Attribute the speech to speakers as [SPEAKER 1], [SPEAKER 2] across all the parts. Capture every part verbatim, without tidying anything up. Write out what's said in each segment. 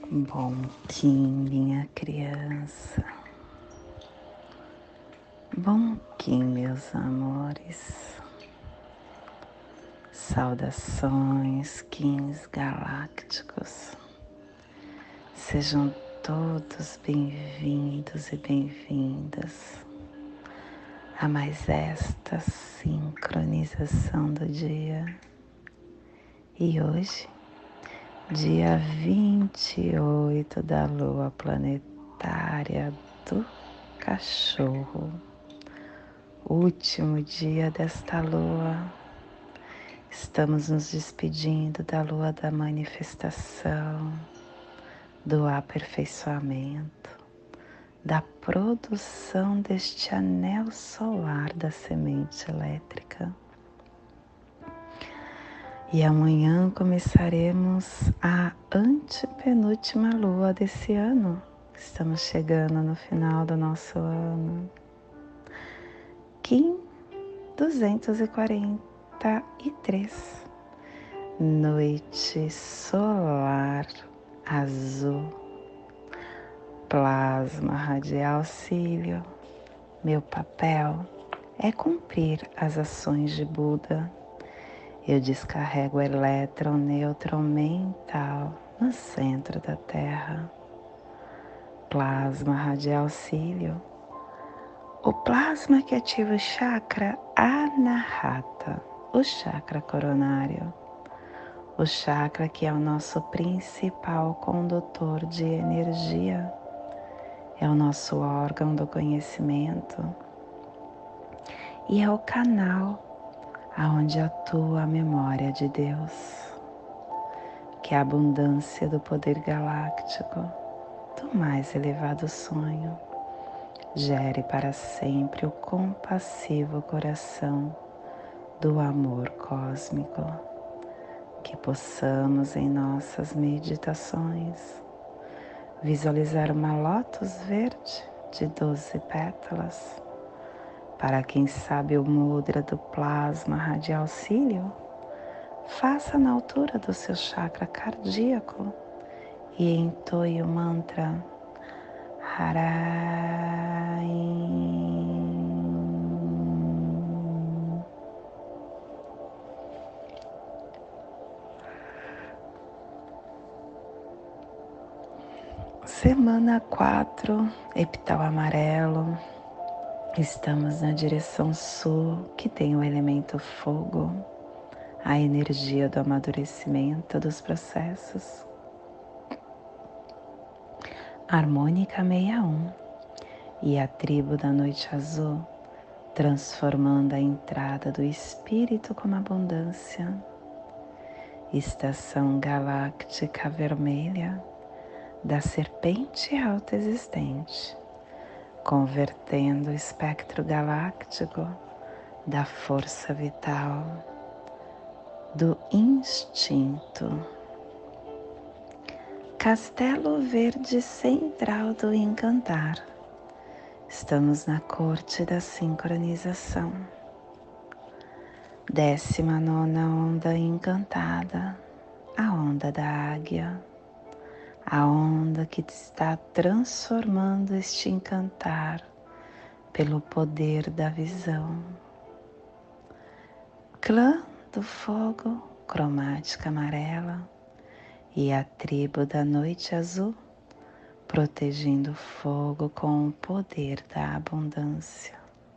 [SPEAKER 1] Bom Kim, minha criança. Bom Kim, meus amores. Saudações, Kins galácticos. Sejam todos bem-vindos e bem-vindas a mais esta sincronização do dia. E hoje, dia vinte e oito da lua planetária do Cachorro, último dia desta lua, estamos nos despedindo da lua da manifestação, do aperfeiçoamento, da produção deste anel solar da semente elétrica. E amanhã começaremos a antepenúltima lua desse ano. Estamos chegando no final do nosso ano. Kim duzentos e quarenta e três. Noite solar azul. Plasma radial cílio. Meu papel é cumprir as ações de Buda. Eu descarrego o elétron nêutron mental no centro da Terra. Plasma radial cílio. O plasma que ativa o chakra Anahata, o chakra coronário. O chakra que é o nosso principal condutor de energia. É o nosso órgão do conhecimento. E é o canal aonde atua a memória de Deus, que é a abundância do poder galáctico, do mais elevado sonho, gere para sempre o compassivo coração do amor cósmico, que possamos em nossas meditações visualizar uma lótus verde de doze pétalas. Para quem sabe o mudra do plasma radial cílio, faça na altura do seu chakra cardíaco e entoie o mantra Haraim. Semana quatro, epital amarelo. Estamos na direção sul, que tem o elemento fogo, a energia do amadurecimento dos processos. Harmônica sessenta e um e a tribo da noite azul, transformando a entrada do espírito como abundância. Estação galáctica vermelha da serpente alta existente, convertendo o espectro galáctico da força vital, do instinto. Castelo Verde Central do Encantar. Estamos na corte da sincronização. Décima nona onda encantada, a onda da águia, a onda que está transformando este encantar pelo poder da visão. Clã do fogo, cromática amarela, e a tribo da noite azul, protegendo o fogo com o poder da abundância.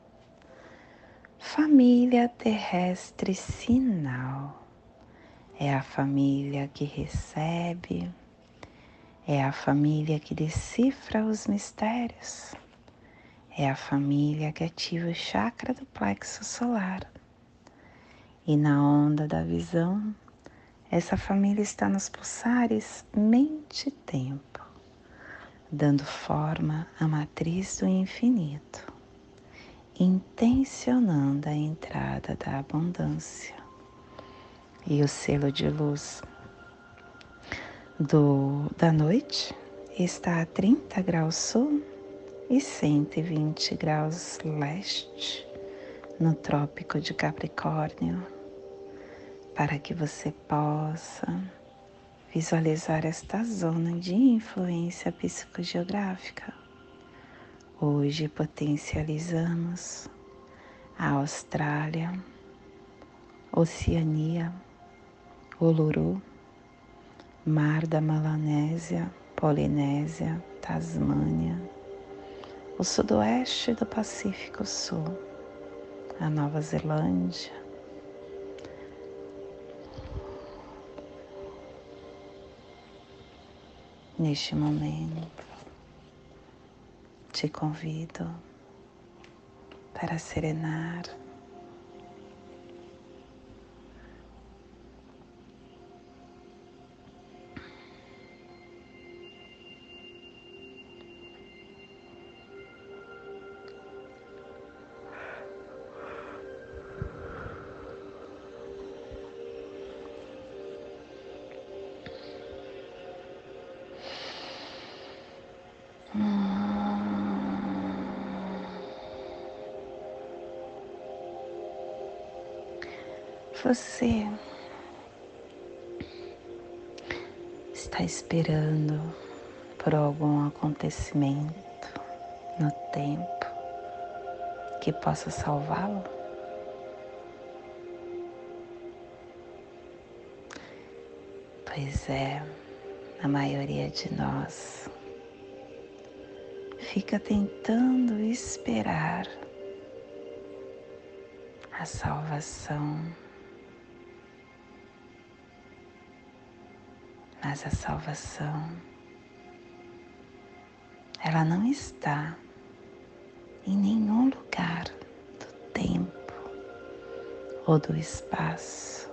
[SPEAKER 1] Família terrestre sinal. É a família que recebe, é a família que decifra os mistérios, é a família que ativa o chakra do plexo solar. E na onda da visão, essa família está nos pulsares mente e tempo, dando forma à matriz do infinito, intencionando a entrada da abundância. E o selo de luz do, da noite está a trinta graus sul e cento e vinte graus leste, no Trópico de Capricórnio, para que você possa visualizar esta zona de influência psicogeográfica. Hoje potencializamos a Austrália, Oceania, Uluru, Mar da Melanésia, Polinésia, Tasmânia, o sudoeste do Pacífico Sul, a Nova Zelândia, neste momento, te convido para serenar Você está esperando por algum acontecimento no tempo que possa salvá-lo? Pois é, a maioria de nós fica tentando esperar a salvação. Mas a salvação, ela não está em nenhum lugar do tempo ou do espaço.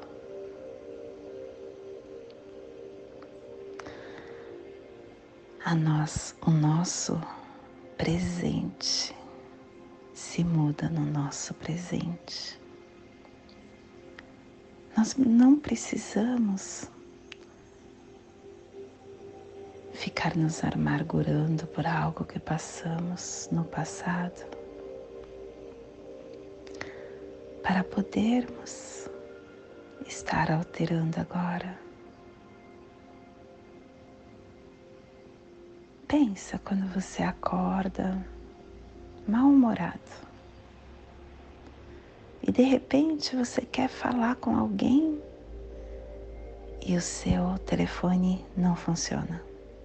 [SPEAKER 1] A nós, o nosso presente se muda no nosso presente. Nós não precisamos ficar nos amargurando por algo que passamos no passado, para podermos estar alterando agora. Pensa quando você acorda mal-humorado e de repente você quer falar com alguém e o seu telefone não funciona.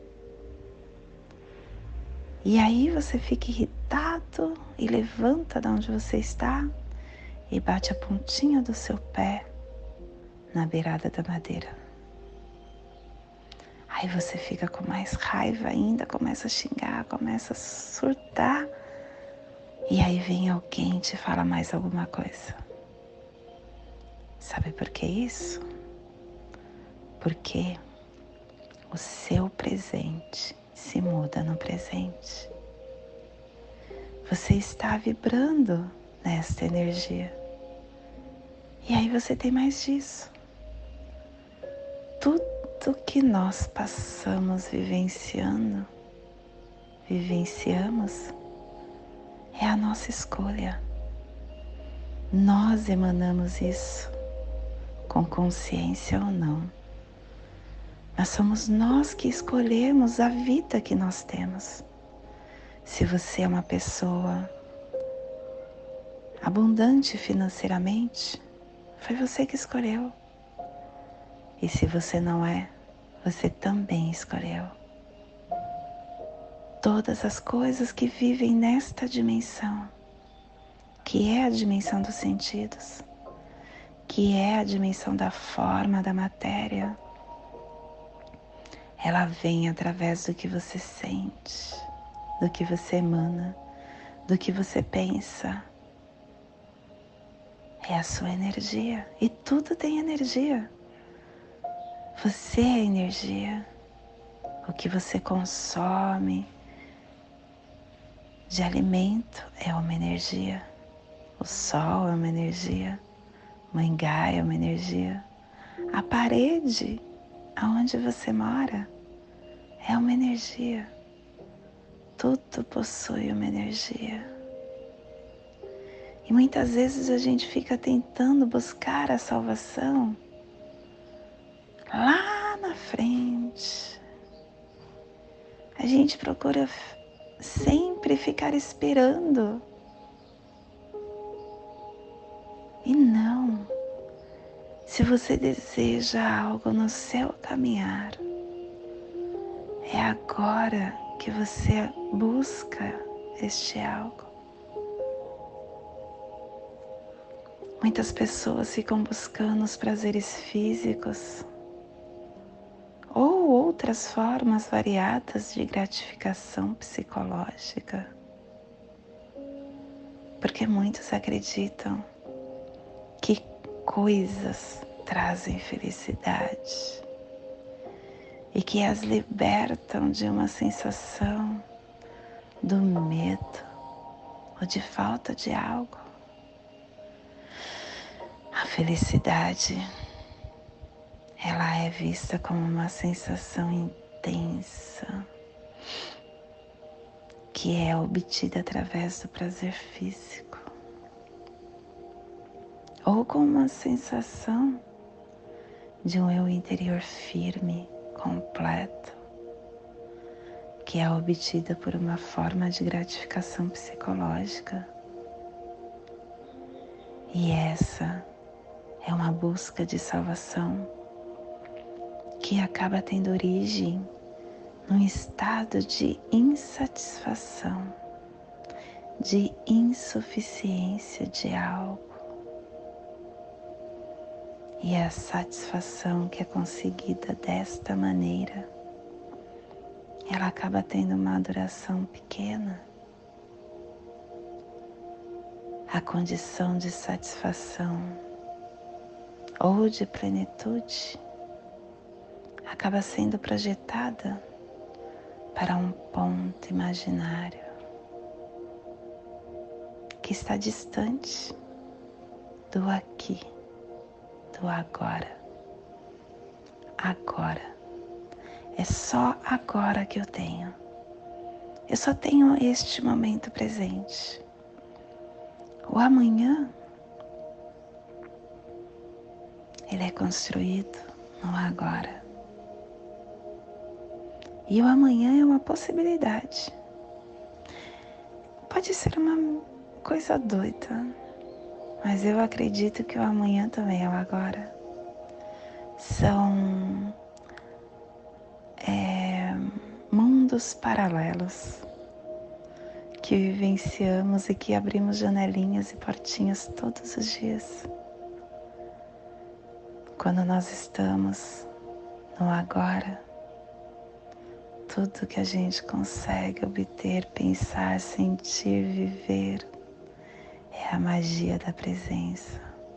[SPEAKER 1] E aí você fica irritado e levanta de onde você está e bate a pontinha do seu pé na beirada da madeira. Aí você fica com mais raiva ainda, começa a xingar, começa a surtar. E aí vem alguém e te fala mais alguma coisa. Sabe por que isso? Porque o seu presente se muda no presente. Você está vibrando nesta energia. E aí você tem mais disso. Tudo que nós passamos vivenciando, vivenciamos, é a nossa escolha. Nós emanamos isso, com consciência ou não. Mas somos nós que escolhemos a vida que nós temos. Se você é uma pessoa abundante financeiramente, foi você que escolheu. E se você não é, você também escolheu. Todas as coisas que vivem nesta dimensão, que é a dimensão dos sentidos, que é a dimensão da forma, da matéria, ela vem através do que você sente, do que você emana, do que você pensa. É a sua energia. E tudo tem energia. Você é energia. O que você consome de alimento é uma energia. O sol é uma energia. Mãe Gaia é uma energia. A parede aonde você mora é uma energia. Tudo possui uma energia. E muitas vezes a gente fica tentando buscar a salvação lá na na frente. A gente procura sempre ficar esperando. E não. Se você deseja algo no seu caminhar, é agora que você busca este algo. Muitas pessoas ficam buscando os prazeres físicos ou outras formas variadas de gratificação psicológica, porque muitos acreditam que coisas trazem felicidade e que as libertam de uma sensação do medo ou de falta de algo. A felicidade, ela é vista como uma sensação intensa que é obtida através do prazer físico, ou com uma sensação de um eu interior firme, completo, que é obtida por uma forma de gratificação psicológica. E essa é uma busca de salvação que acaba tendo origem num estado de insatisfação, de insuficiência de algo. E a satisfação que é conseguida desta maneira, ela acaba tendo uma duração pequena. A condição de satisfação ou de plenitude acaba sendo projetada para um ponto imaginário que está distante do aqui, do agora. Agora. É só agora que eu tenho. Eu só tenho este momento presente. O amanhã, ele é construído no agora. E o amanhã é uma possibilidade. Pode ser uma coisa doida, mas eu acredito que o amanhã também é o agora. São é, mundos paralelos que vivenciamos e que abrimos janelinhas e portinhas todos os dias. Quando nós estamos no agora, tudo que a gente consegue obter, pensar, sentir, viver é a magia da presença.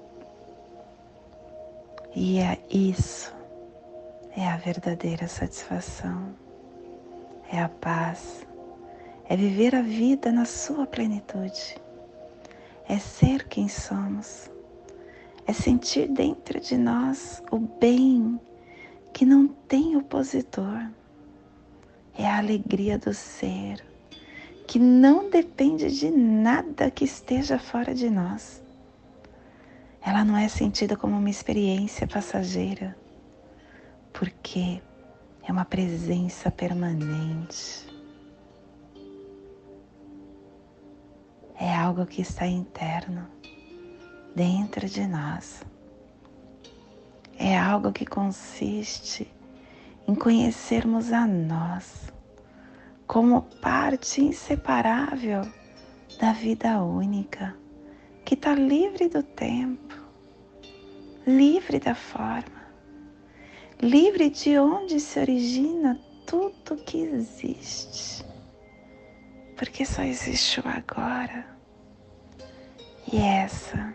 [SPEAKER 1] E é isso, é a verdadeira satisfação, é a paz, é viver a vida na sua plenitude, é ser quem somos, é sentir dentro de nós o bem que não tem opositor. É a alegria do ser, que não depende de nada que esteja fora de nós. Ela não é sentida como uma experiência passageira, porque é uma presença permanente. É algo que está interno, dentro de nós. É algo que consiste em conhecermos a nós como parte inseparável da vida única, que está livre do tempo, livre da forma, livre de onde se origina tudo que existe, porque só existe o agora. E essa,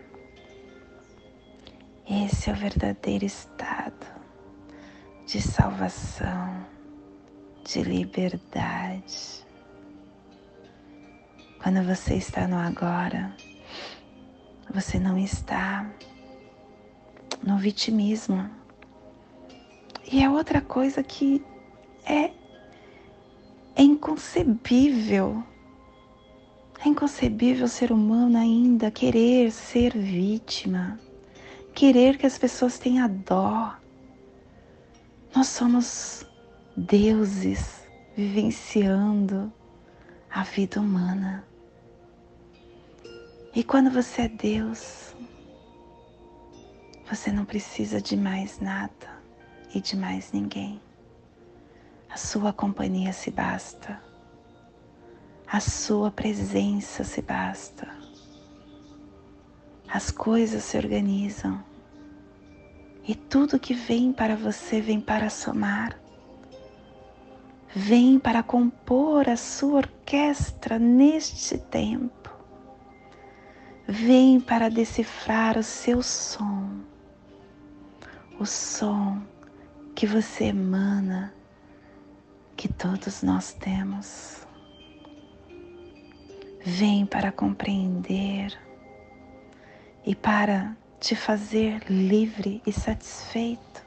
[SPEAKER 1] esse é o verdadeiro estado de salvação, de liberdade. Quando você está no agora, você não está no vitimismo. E é outra coisa que é, é inconcebível. É inconcebível o ser humano ainda querer ser vítima, querer que as pessoas tenham dó. Nós somos deuses vivenciando a vida humana. E quando você é Deus, você não precisa de mais nada e de mais ninguém. A sua companhia se basta. A sua presença se basta. As coisas se organizam. E tudo que vem para você vem para somar. Vem para compor a sua orquestra neste tempo. Vem para decifrar o seu som. O som que você emana, que todos nós temos. Vem para compreender e para te fazer livre e satisfeito.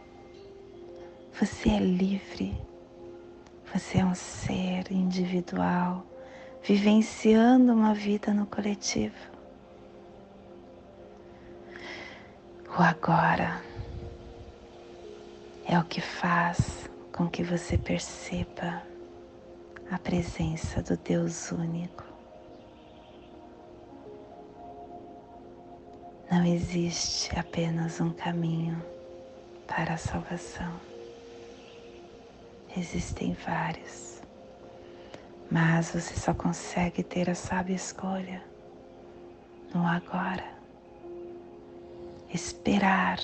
[SPEAKER 1] Você é livre, você é um ser individual, vivenciando uma vida no coletivo. O agora é o que faz com que você perceba a presença do Deus único. Não existe apenas um caminho para a salvação. Existem vários, mas você só consegue ter a sábia escolha no agora. Esperar,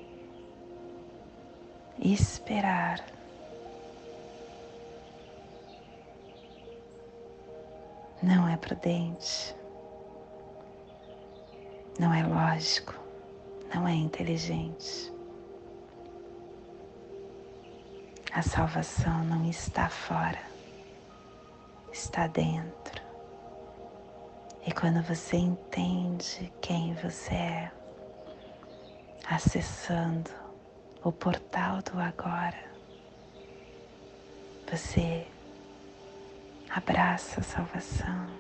[SPEAKER 1] esperar. Não é prudente. Não é lógico, não é inteligente. A salvação não está fora, está dentro. E quando você entende quem você é, acessando o portal do agora, você abraça a salvação.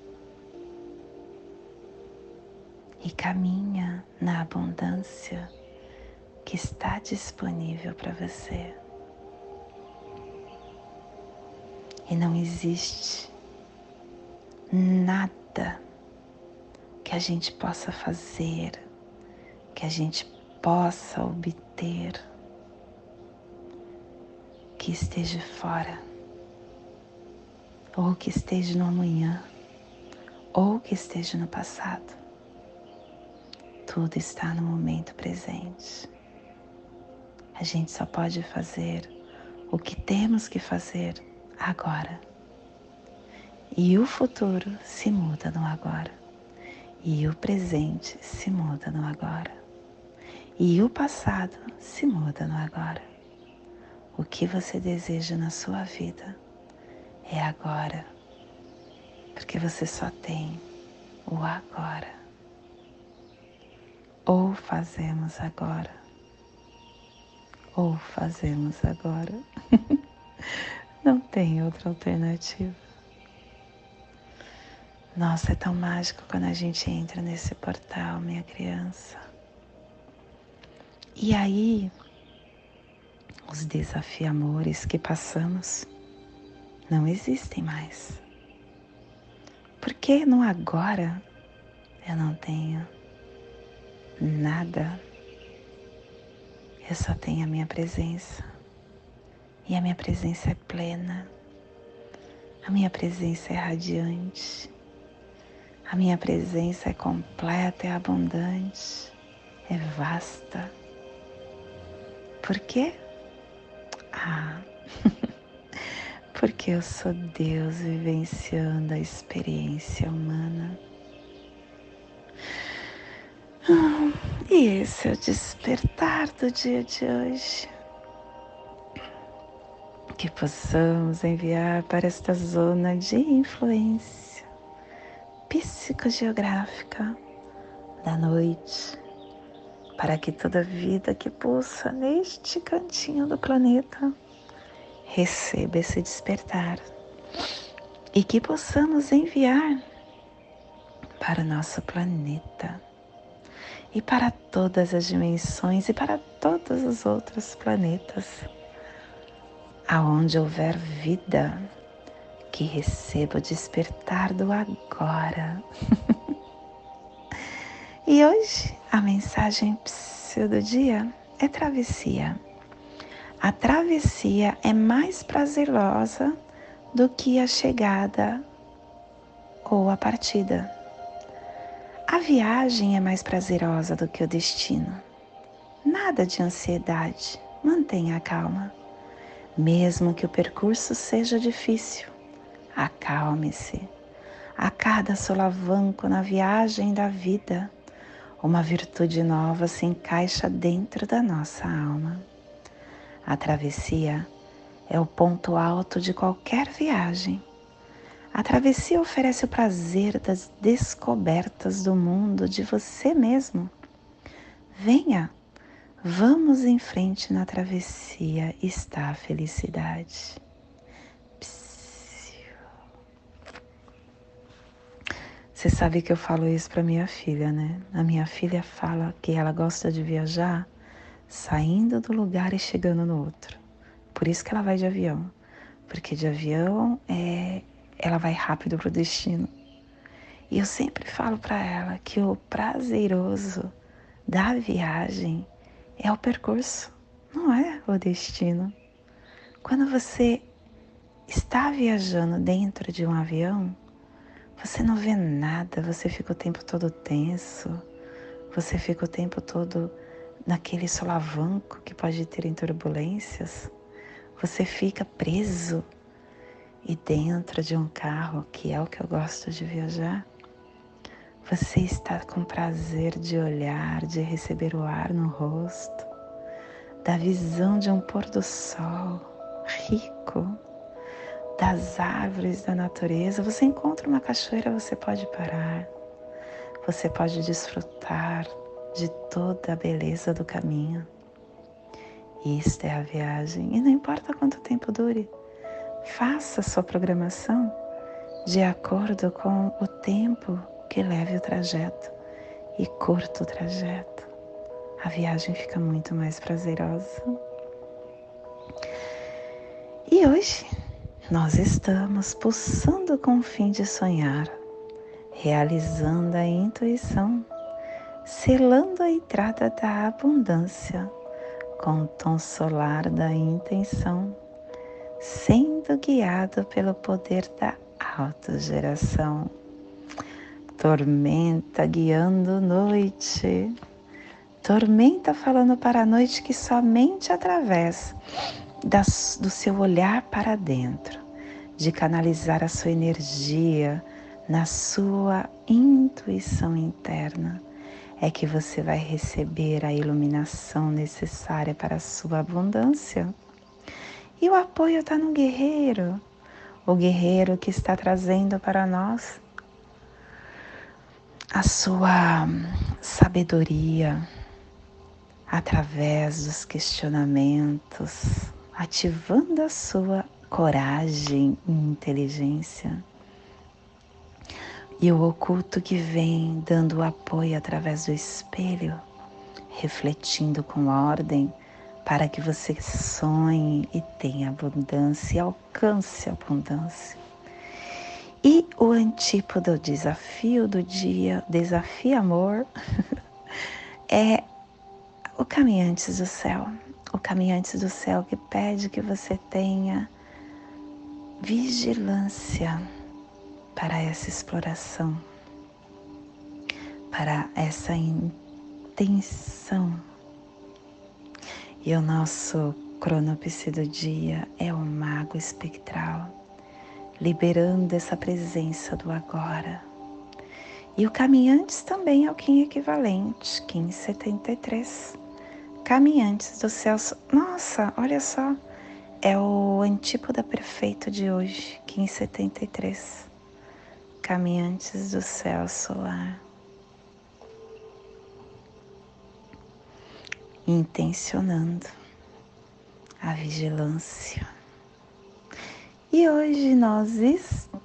[SPEAKER 1] E caminha na abundância que está disponível para você. E não existe nada que a gente possa fazer, que a gente possa obter, que esteja fora, ou que esteja no amanhã, ou que esteja no passado. Tudo está no momento presente. A gente só pode fazer o que temos que fazer agora. E o futuro se muda no agora. E o presente se muda no agora. E o passado se muda no agora. O que você deseja na sua vida é agora. Porque você só tem o agora. Ou fazemos agora, ou fazemos agora. Não tem outra alternativa. Nossa, é tão mágico quando a gente entra nesse portal, minha criança. E aí, os desafiamores que passamos não existem mais. Porque no agora eu não tenho nada, eu só tenho a minha presença. E a minha presença é plena, a minha presença é radiante, a minha presença é completa, é abundante, é vasta. Por quê? Ah, porque eu sou Deus vivenciando a experiência humana. E esse é o despertar do dia de hoje. Que possamos enviar para esta zona de influência psicogeográfica da noite, para que toda vida que pulsa neste cantinho do planeta receba esse despertar e que possamos enviar para o nosso planeta e para todas as dimensões e para todos os outros planetas. Aonde houver vida, que receba o despertar do agora. E hoje a mensagem do dia é travessia. A travessia é mais prazerosa do que a chegada ou a partida. A viagem é mais prazerosa do que o destino. Nada de ansiedade, mantenha a calma. Mesmo que o percurso seja difícil, acalme-se. A cada solavanco na viagem da vida, uma virtude nova se encaixa dentro da nossa alma. A travessia é o ponto alto de qualquer viagem. A travessia oferece o prazer das descobertas do mundo, de você mesmo. Venha, vamos em frente na travessia, está a felicidade. Você sabe que eu falo isso para minha filha, né? A minha filha fala que ela gosta de viajar saindo do lugar e chegando no outro. Por isso que ela vai de avião. Porque de avião é, ela vai rápido para o destino. E eu sempre falo para ela que o prazeroso da viagem é o percurso, não é o destino. Quando você está viajando dentro de um avião, você não vê nada, você fica o tempo todo tenso, você fica o tempo todo naquele solavanco que pode ter em turbulências, você fica preso. E dentro de um carro, que é o que eu gosto de viajar, você está com prazer de olhar, de receber o ar no rosto, da visão de um pôr do sol rico, das árvores, da natureza. Você encontra uma cachoeira, você pode parar, você pode desfrutar de toda a beleza do caminho. Isto é a viagem, e não importa quanto tempo dure, faça sua programação de acordo com o tempo que leve o trajeto e curta o trajeto. A viagem fica muito mais prazerosa. E hoje nós estamos pulsando com o fim de sonhar, realizando a intuição, selando a entrada da abundância com o tom solar da intenção, sendo guiado pelo poder da autogeração. Tormenta guiando noite. Tormenta falando para a noite que somente através das, do seu olhar para dentro, de canalizar a sua energia na sua intuição interna, é que você vai receber a iluminação necessária para a sua abundância. E o apoio está no guerreiro, o guerreiro que está trazendo para nós a sua sabedoria através dos questionamentos, ativando a sua coragem e inteligência. E o oculto que vem dando apoio através do espelho, refletindo com ordem para que você sonhe e tenha abundância e alcance a abundância. E o antípodo, o desafio do dia, desafio amor, é o Caminhantes do Céu. O Caminhantes do Céu que pede que você tenha vigilância para essa exploração, para essa intenção. E o nosso cronopse do dia é o Mago Espectral, liberando essa presença do agora. E o Caminhantes também é o Kim equivalente, Kim setenta e três. Caminhantes do Céu. Nossa, olha só, é o antípoda perfeito de hoje, Kim setenta e três. Caminhantes do Céu Solar. Intencionando a vigilância. E hoje nós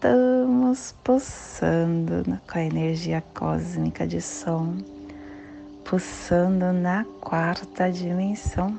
[SPEAKER 1] estamos pulsando com a energia cósmica de som pulsando na quarta dimensão,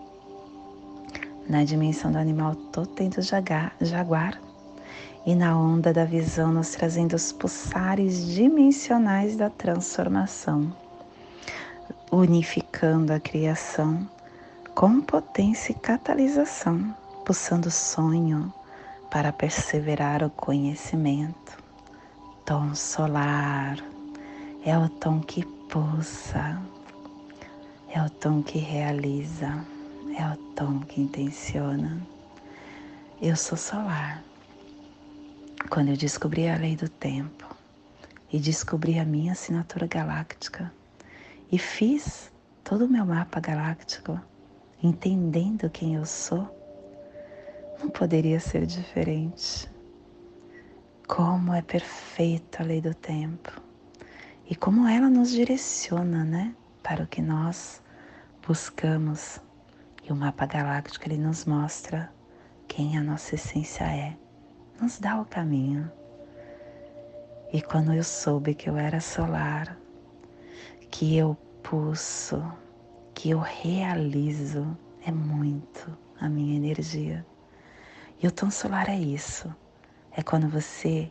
[SPEAKER 1] na dimensão do animal totem do jaguar, e na onda da visão nos trazendo os pulsares dimensionais da transformação, unificando a criação com potência e catalisação, pulsando sonho para perseverar o conhecimento. Tom solar é o tom que pulsa, é o tom que realiza, é o tom que intenciona. Eu sou solar. Quando eu descobri a lei do tempo e descobri a minha assinatura galáctica e fiz todo o meu mapa galáctico, entendendo quem eu sou, não poderia ser diferente. Como é perfeita a lei do tempo e como ela nos direciona, né, para o que nós buscamos. E o mapa galáctico, ele nos mostra quem a nossa essência é, nos dá o caminho. E quando eu soube que eu era solar, que eu pulso, que eu realizo, é muito a minha energia. E o tom solar é isso, é quando você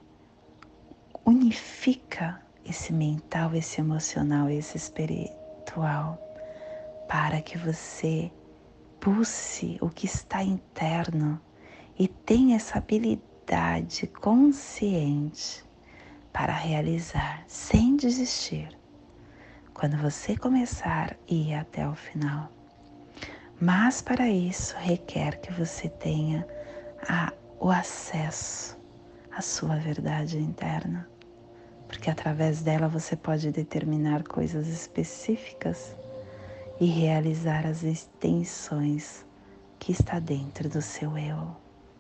[SPEAKER 1] unifica esse mental, esse emocional, esse espiritual, para que você pulse o que está interno e tenha essa habilidade consciente para realizar sem desistir. Quando você começar a ir até o final. Mas para isso requer que você tenha a, o acesso à sua verdade interna, porque através dela você pode determinar coisas específicas e realizar as intenções que está dentro do seu eu.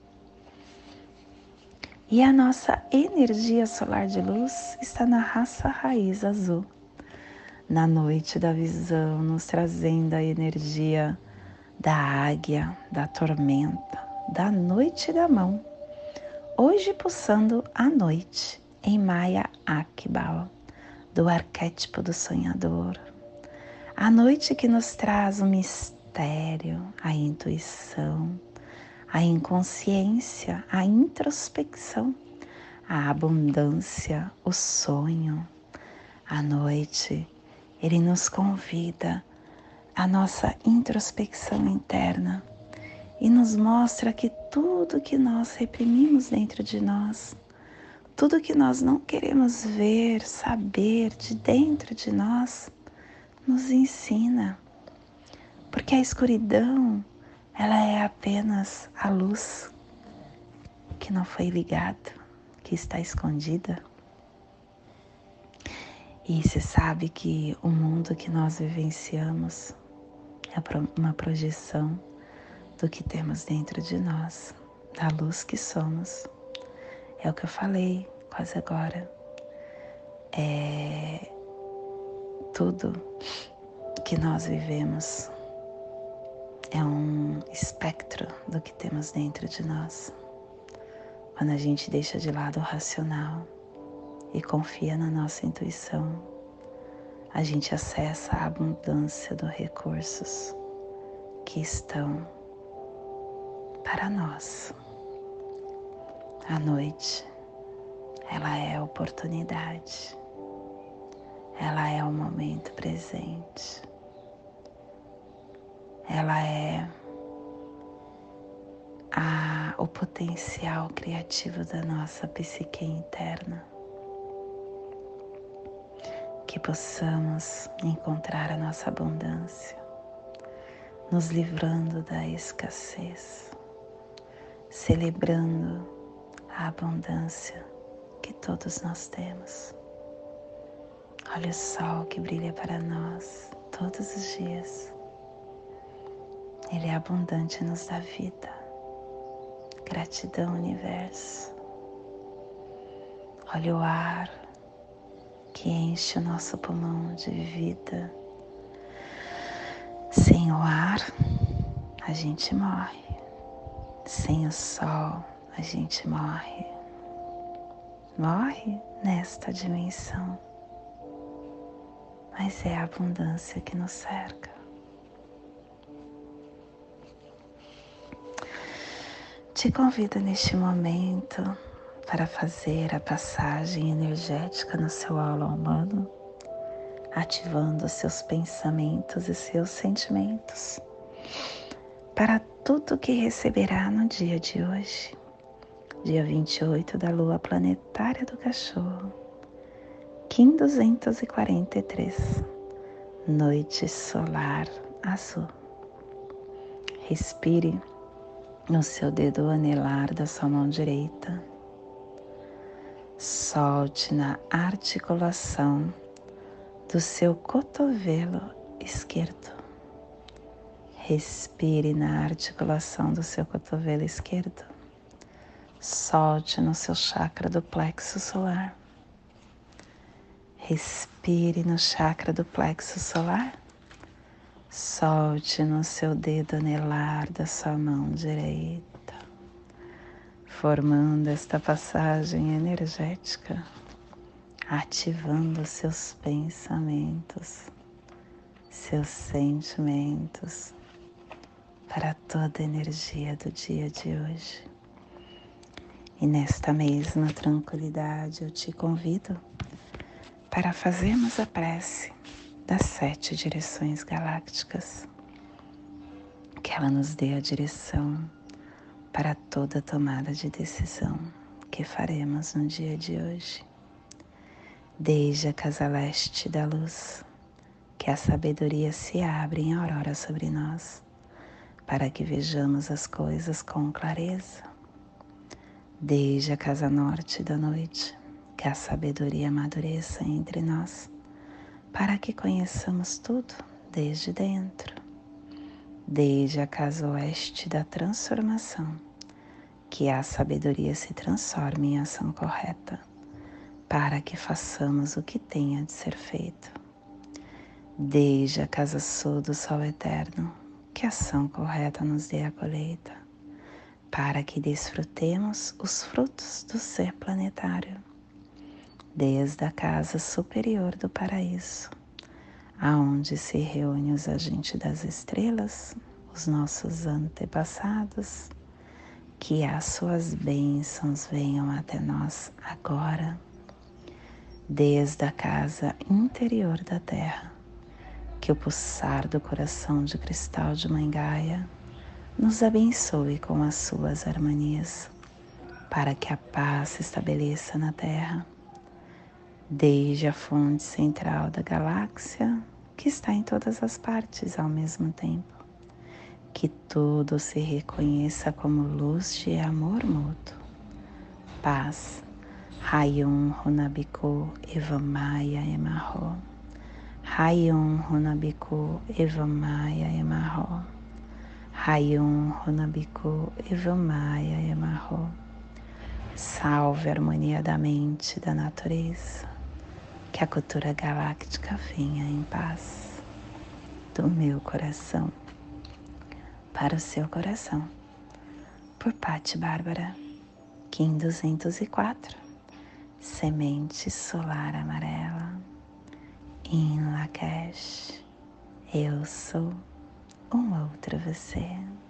[SPEAKER 1] E a nossa energia solar de luz está na raça raiz azul, na noite da visão, nos trazendo a energia da águia, da tormenta, da noite da mão. Hoje pulsando a noite em Maya Akbal, do arquétipo do sonhador. A noite que nos traz o mistério, a intuição, a inconsciência, a introspecção, a abundância, o sonho. A noite, ele nos convida à nossa introspecção interna e nos mostra que tudo que nós reprimimos dentro de nós, tudo que nós não queremos ver, saber de dentro de nós, nos ensina. Porque a escuridão, ela é apenas a luz que não foi ligada, que está escondida. E se sabe que o mundo que nós vivenciamos é uma projeção do que temos dentro de nós, da luz que somos. É o que eu falei quase agora. É tudo que nós vivemos é um espectro do que temos dentro de nós. Quando a gente deixa de lado o racional e confia na nossa intuição, a gente acessa a abundância dos recursos que estão para nós. A noite, ela é a oportunidade, ela é o momento presente, ela é a, o potencial criativo da nossa psique interna. Que possamos encontrar a nossa abundância, nos livrando da escassez, celebrando a abundância que todos nós temos. Olha o sol que brilha para nós todos os dias. Ele é abundante e nos dá vida. Gratidão, universo. Olha o ar que enche o nosso pulmão de vida. Sem o ar, a gente morre. Sem o sol, a gente morre. Morre nesta dimensão. mas é a abundância que nos cerca. Te convido neste momento para fazer a passagem energética no seu aula humano, ativando seus pensamentos e seus sentimentos para tudo que receberá no dia de hoje, dia vinte e oito da Lua Planetária do Cachorro, Kim duzentos e quarenta e três, Noite Solar Azul. Respire no seu dedo anelar da sua mão direita. Solte na articulação do seu cotovelo esquerdo. Respire na articulação do seu cotovelo esquerdo. Solte no seu chakra do plexo solar. Respire no chakra do plexo solar. Solte no seu dedo anelar da sua mão direita, formando esta passagem energética, ativando seus pensamentos, seus sentimentos para toda a energia do dia de hoje. E nesta mesma tranquilidade eu te convido para fazermos a prece das sete direções galácticas, que ela nos dê a direção para toda tomada de decisão que faremos no dia de hoje. Desde a casa leste da luz, que a sabedoria se abre em aurora sobre nós, para que vejamos as coisas com clareza. Desde a casa norte da noite, que a sabedoria amadureça entre nós, para que conheçamos tudo desde dentro. Desde a casa oeste da transformação, que a sabedoria se transforme em ação correta, para que façamos o que tenha de ser feito. Desde a casa sul do sol eterno, que a ação correta nos dê a colheita, para que desfrutemos os frutos do ser planetário. Desde a casa superior do paraíso, aonde se reúnem os agentes das estrelas, os nossos antepassados, que as suas bênçãos venham até nós agora. Desde a casa interior da Terra, que o pulsar do coração de cristal de Mãe Gaia nos abençoe com as suas harmonias, para que a paz se estabeleça na Terra. Desde a fonte central da galáxia, que está em todas as partes ao mesmo tempo, que tudo se reconheça como luz de amor mútuo. Paz. Rayon Runabiku Evamaya Emarro. Rayon Runabiku Evamaya Emarro. Rayon Runabiku Evamaya Emarro. Salve a harmonia da mente e da natureza. Que a cultura galáctica venha em paz do meu coração para o seu coração. Por Patti Bárbara, Kim duzentos e quatro, Semente Solar Amarela, em Lakesh, eu sou um outro você.